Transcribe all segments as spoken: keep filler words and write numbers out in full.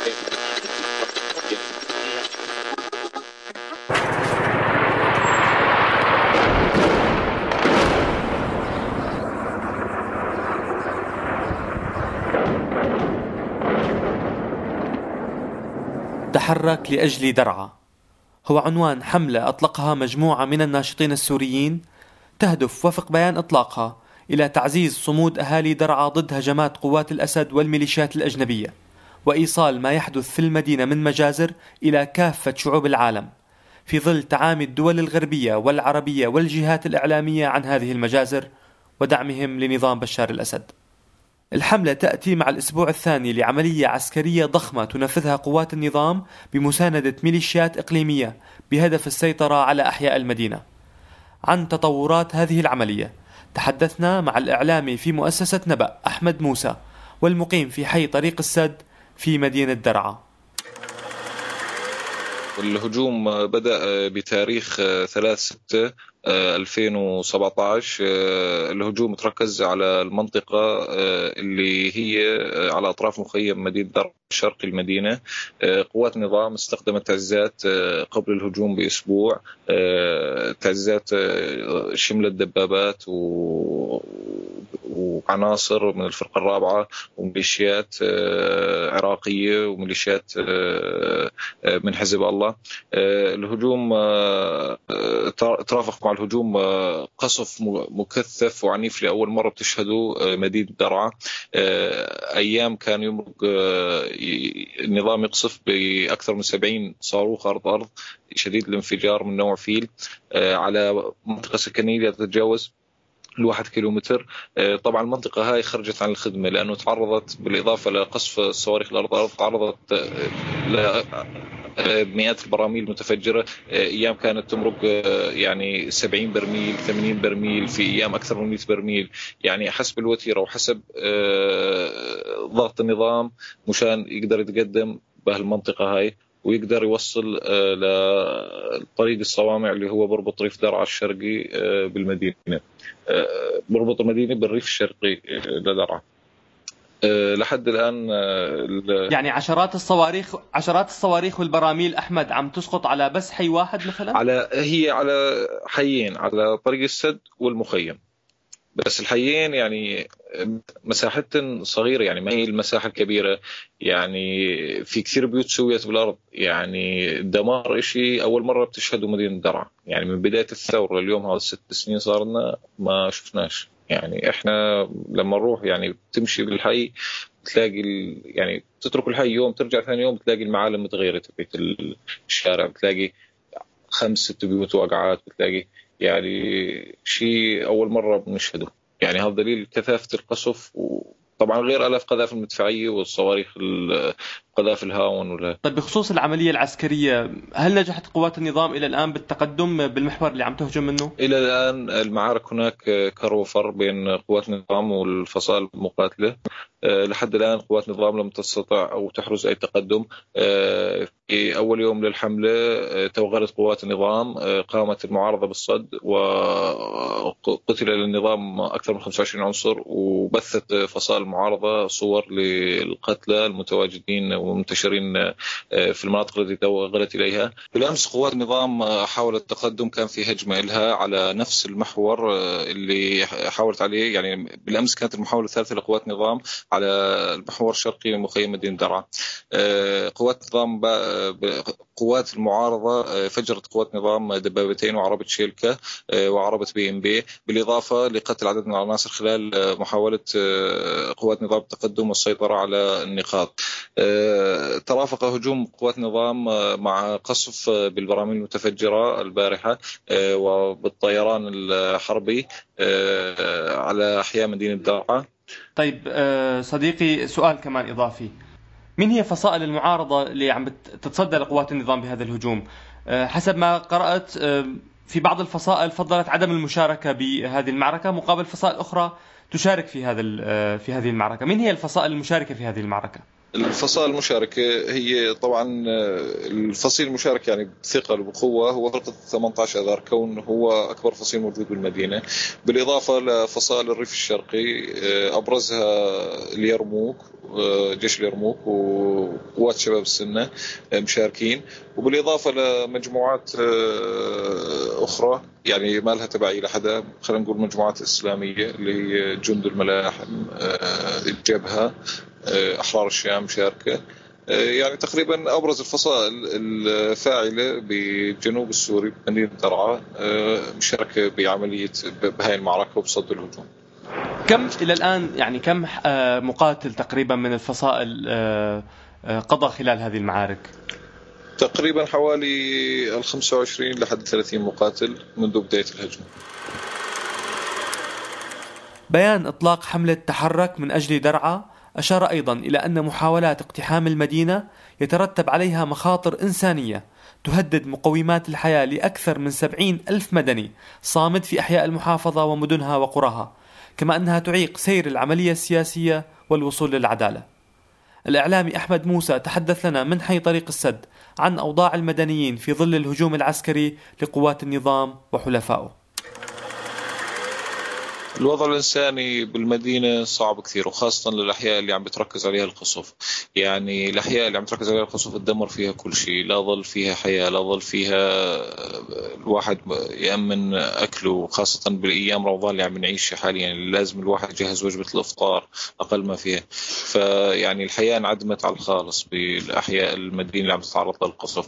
تحرك لأجل درعا هو عنوان حملة أطلقها مجموعة من الناشطين السوريين تهدف وفق بيان إطلاقها إلى تعزيز صمود أهالي درعا ضد هجمات قوات الأسد والميليشيات الأجنبية، وإيصال ما يحدث في المدينة من مجازر إلى كافة شعوب العالم، في ظل تعامي الدول الغربية والعربية والجهات الإعلامية عن هذه المجازر ودعمهم لنظام بشار الأسد. الحملة تأتي مع الأسبوع الثاني لعملية عسكرية ضخمة تنفذها قوات النظام بمساندة ميليشيات إقليمية بهدف السيطرة على أحياء المدينة. عن تطورات هذه العملية تحدثنا مع الإعلامي في مؤسسة نبأ أحمد موسى، والمقيم في حي طريق السد في مدينة درعا. الهجوم بدأ بتاريخ ثلاثة ستة ألفين وسبعة عشر. الهجوم تركز على المنطقة اللي هي على أطراف مخيم مدينة درعا شرق المدينة. قوات النظام استخدمت تعزيزات قبل الهجوم بأسبوع، تعزيزات شملت دبابات وعناصر من الفرقة الرابعة وميليشيات عراقية وميليشيات من حزب الله. الهجوم ترافق مع الهجوم قصف مكثف وعنيف لأول مرة بتشهدوا مدينة درعا. أيام كان يمرق النظام يقصف بأكثر من سبعين صاروخ أرض أرض شديد الانفجار من نوع فيل على منطقة سكنية تتجاوز الواحد كيلومتر. طبعا المنطقة هاي خرجت عن الخدمة لأنه تعرضت بالإضافة لقصف الصواريخ الأرض أرض تعرضت مئات البراميل متفجرة. أيام كانت تمرق يعني سبعين برميل ثمانين برميل، في أيام أكثر من مئة برميل، يعني حسب الوتيرة وحسب ضغط النظام مشان يقدر يتقدم بهالمنطقة هاي ويقدر يوصل لطريق الصوامع اللي هو بربط ريف درعا الشرقي بالمدينة، بربط المدينة بالريف الشرقي لدرعا. لحد الآن يعني عشرات الصواريخ عشرات الصواريخ والبراميل أحمد عم تسقط على بس حي واحد مثلا؟ على هي على حيين، على طريق السد والمخيم، بس الحيين يعني مساحتهم صغيرة، يعني ما هي المساحة الكبيرة. يعني في كثير بيوت سويت بالأرض، يعني دمار إشي أول مرة بتشهدوا مدينة درعا، يعني من بداية الثورة اليوم هذا ست سنين صارنا ما شفناش. يعني إحنا لما نروح يعني تمشي بالحي تلاقي يعني تترك الحي يوم ترجع ثاني يوم بتلاقي المعالم متغيرة تبعت الشارع، بتلاقي خمس ست بيوت واقعات، بتلاقي يعني شيء أول مرة بنشهده. يعني هذا دليل كثافة القصف، وطبعا غير آلاف قذائف المدفعية والصواريخ قذائف الهاون ولا. طيب بخصوص العملية العسكرية، هل نجحت قوات النظام إلى الآن بالتقدم بالمحور اللي عم تهجم منه؟ إلى الآن المعارك هناك كر وفر بين قوات النظام والفصائل المقاتلة. لحد الآن قوات النظام لم تستطع أو تحرز أي تقدم. في أول يوم للحملة توغلت قوات النظام، قامت المعارضة بالصد وقتل للنظام أكثر من خمسة وعشرين عنصر، وبثت فصائل المعارضة صور للقتلى المتواجدين ومنتشرين في المناطق التي توغلت إليها. بالأمس قوات النظام حاولت التقدم، كان في هجمة لها على نفس المحور اللي حاولت عليه. يعني بالأمس كانت المحاولة الثالثة لقوات النظام على المحور الشرقي من مخيم مدينة درعا. قوات النظام قوات المعارضة فجرت قوات النظام دبابتين وعربة شيلكا وعربة بي ام بي، بالإضافة لقتل عدد من العناصر خلال محاولة قوات النظام التقدم والسيطرة على النقاط. ترافق هجوم قوات النظام مع قصف بالبراميل المتفجرة البارحة وبالطيران الحربي على أحياء مدينة درعا. طيب صديقي، سؤال كمان إضافي، من هي فصائل المعارضة اللي عم تتصدى لقوات النظام بهذا الهجوم؟ حسب ما قرأت في بعض الفصائل فضلت عدم المشاركة بهذه المعركة مقابل فصائل أخرى تشارك في هذا في هذه المعركة. من هي الفصائل المشاركة في هذه المعركة؟ الفصائل المشاركة هي طبعا الفصيل المشارك يعني بثقل وبقوة هو فرقة ثمانية عشر أذار، كون هو أكبر فصيل موجود بالمدينة، بالإضافة لفصائل الريف الشرقي أبرزها اليرموك، جيش اليرموك وقوات شباب السنة مشاركين، وبالإضافة لمجموعات أخرى يعني ما لها تبعية لحدا، خلينا نقول مجموعات إسلامية اللي هي جند الملاحم، الجبهة، أحرار الشام مشاركة. يعني تقريبا أبرز الفصائل الفاعلة بجنوب السوري بمدينة درعا مشاركة بعملية بهاي المعركة وبصد الهجوم. كم إلى الآن يعني كم مقاتل تقريبا من الفصائل قضى خلال هذه المعارك؟ تقريبا حوالي الخمسة وعشرين لحد ثلاثين مقاتل منذ بداية الهجوم. بيان إطلاق حملة تحرك من أجل درعا أشار أيضا إلى أن محاولات اقتحام المدينة يترتب عليها مخاطر إنسانية تهدد مقومات الحياة لأكثر من سبعين ألف مدني صامد في أحياء المحافظة ومدنها وقراها، كما أنها تعيق سير العملية السياسية والوصول للعدالة. الإعلامي أحمد موسى تحدث لنا من حي طريق السد عن أوضاع المدنيين في ظل الهجوم العسكري لقوات النظام وحلفائه. الوضع الإنساني بالمدينة صعب كثير، وخاصة للأحياء اللي عم بتركز عليها القصف. يعني الأحياء اللي عم تركز عليها القصف تدمر فيها كل شيء، لا ظل فيها حياة، لا ظل فيها الواحد يأمن أكله، خاصة بالأيام رمضان اللي عم نعيشها حاليا، يعني لازم الواحد يجهز وجبة الإفطار أقل ما فيها. فيعني الحياة انعدمت على الخالص بالأحياء المدينة اللي عم تتعرض للقصف.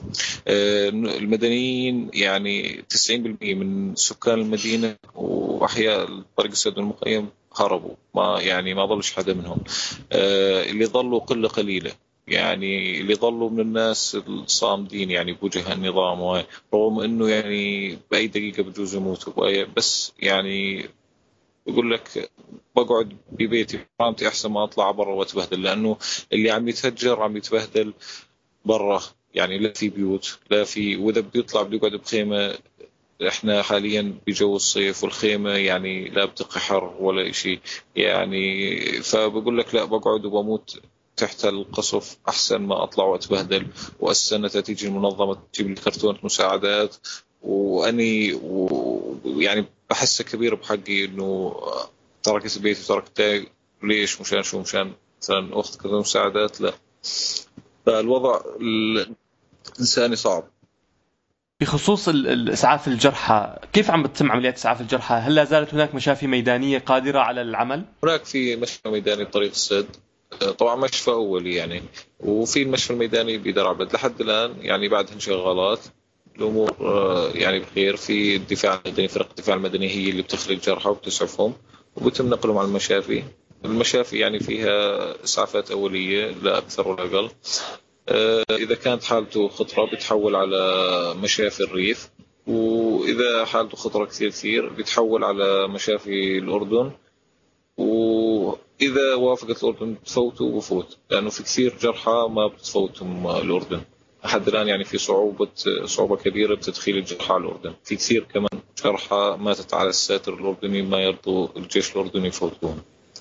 المدنيين يعني تسعين بالمئة من سكان المدينة وأحياء طريق السد المقيم هربوا، ما يعني ما ضلش حدا منهم. آه اللي ضلوا قلة قليلة، يعني اللي ضلوا من الناس الصامدين يعني بوجه النظام، رغم انه يعني بأي دقيقة بجوز يموتوا، بس يعني بقول لك بقعد ببيتي حرامتي احسن ما اطلع برا واتبهدل، لانه اللي عم يتهجر عم يتبهدل برا، يعني لا في بيوت لا في، واذا بده يطلع بده يقعد بخيمة. احنا حاليا بجو الصيف والخيمة يعني لا بتقي حر ولا شيء، يعني فبقول لك لا بقعد وبموت تحت القصف احسن ما اطلع واتبهدل، واستنى تيجي المنظمة تجيب لي كرتونة مساعدات، واني ويعني بحس كبير بحقي انه تركت البيت وتركته ليش؟ مشان شو؟ مشان مثلا اخذ كرتونة مساعدات؟ لا. فالوضع الانساني صعب. بخصوص الإسعاف الجرحى، كيف عم بتتم عمليات إسعاف الجرحى؟ هل لا زالت هناك مشافي ميدانية قادرة على العمل؟ هناك في مشفى ميداني بطريق السد، طبعا مشفى أولي يعني، وفي المشفى الميداني بدرعا لحد الآن يعني بعد انشغالات الأمور يعني بخير. في الدفاع المدني، فرق الدفاع المدني هي اللي بتخرج جرحى وبتسعفهم وبتم نقلهم على المشافي. المشافي يعني فيها إسعافات أولية لا أكثر ولا أقل. إذا كانت حالته خطرة بتحول على مشافي الريف، وإذا حالته خطرة كثير كثير بتحول على مشافي الأردن، وإذا وافقت الأردن تفوته بفوت، لأنه في كثير جرحى ما بتفوتهم الأردن لحد الآن. يعني في صعوبة صعوبة كبيرة بتدخيل الجرحى على الأردن. في كثير كمان جرحى ماتت على الساتر الأردني ما يرضوا الجيش الأردني يفوتوهم.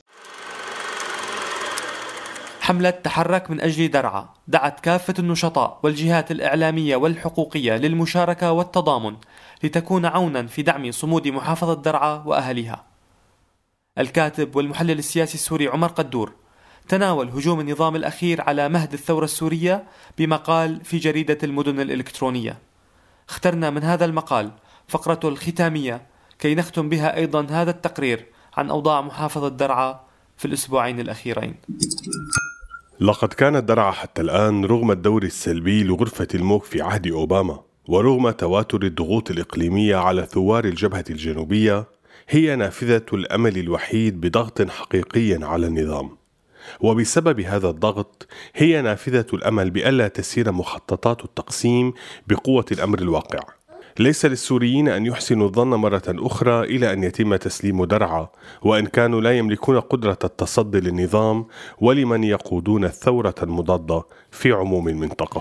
حملة تحرك من أجل درعا دعت كافة النشطاء والجهات الإعلامية والحقوقية للمشاركة والتضامن لتكون عونا في دعم صمود محافظة درعا وأهلها. الكاتب والمحلل السياسي السوري عمر قدور تناول هجوم النظام الأخير على مهد الثورة السورية بمقال في جريدة المدن الإلكترونية. اخترنا من هذا المقال فقرته الختامية كي نختم بها أيضا هذا التقرير عن أوضاع محافظة درعا في الأسبوعين الأخيرين. لقد كانت درعا حتى الآن رغم الدور السلبي لغرفة الموك في عهد أوباما، ورغم تواتر الضغوط الإقليمية على ثوار الجبهة الجنوبية، هي نافذة الأمل الوحيد بضغط حقيقي على النظام. وبسبب هذا الضغط هي نافذة الأمل بألا تسير مخططات التقسيم بقوة الأمر الواقع. ليس للسوريين أن يحسنوا الظن مرة أخرى إلى أن يتم تسليم درعا، وإن كانوا لا يملكون قدرة التصدي للنظام ولمن يقودون الثورة المضادة في عموم المنطقة.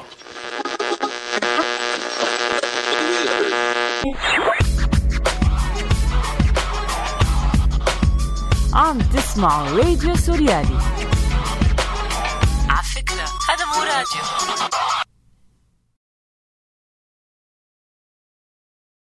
عم تسمعوا راديو سوريالي. على فكرة راديو.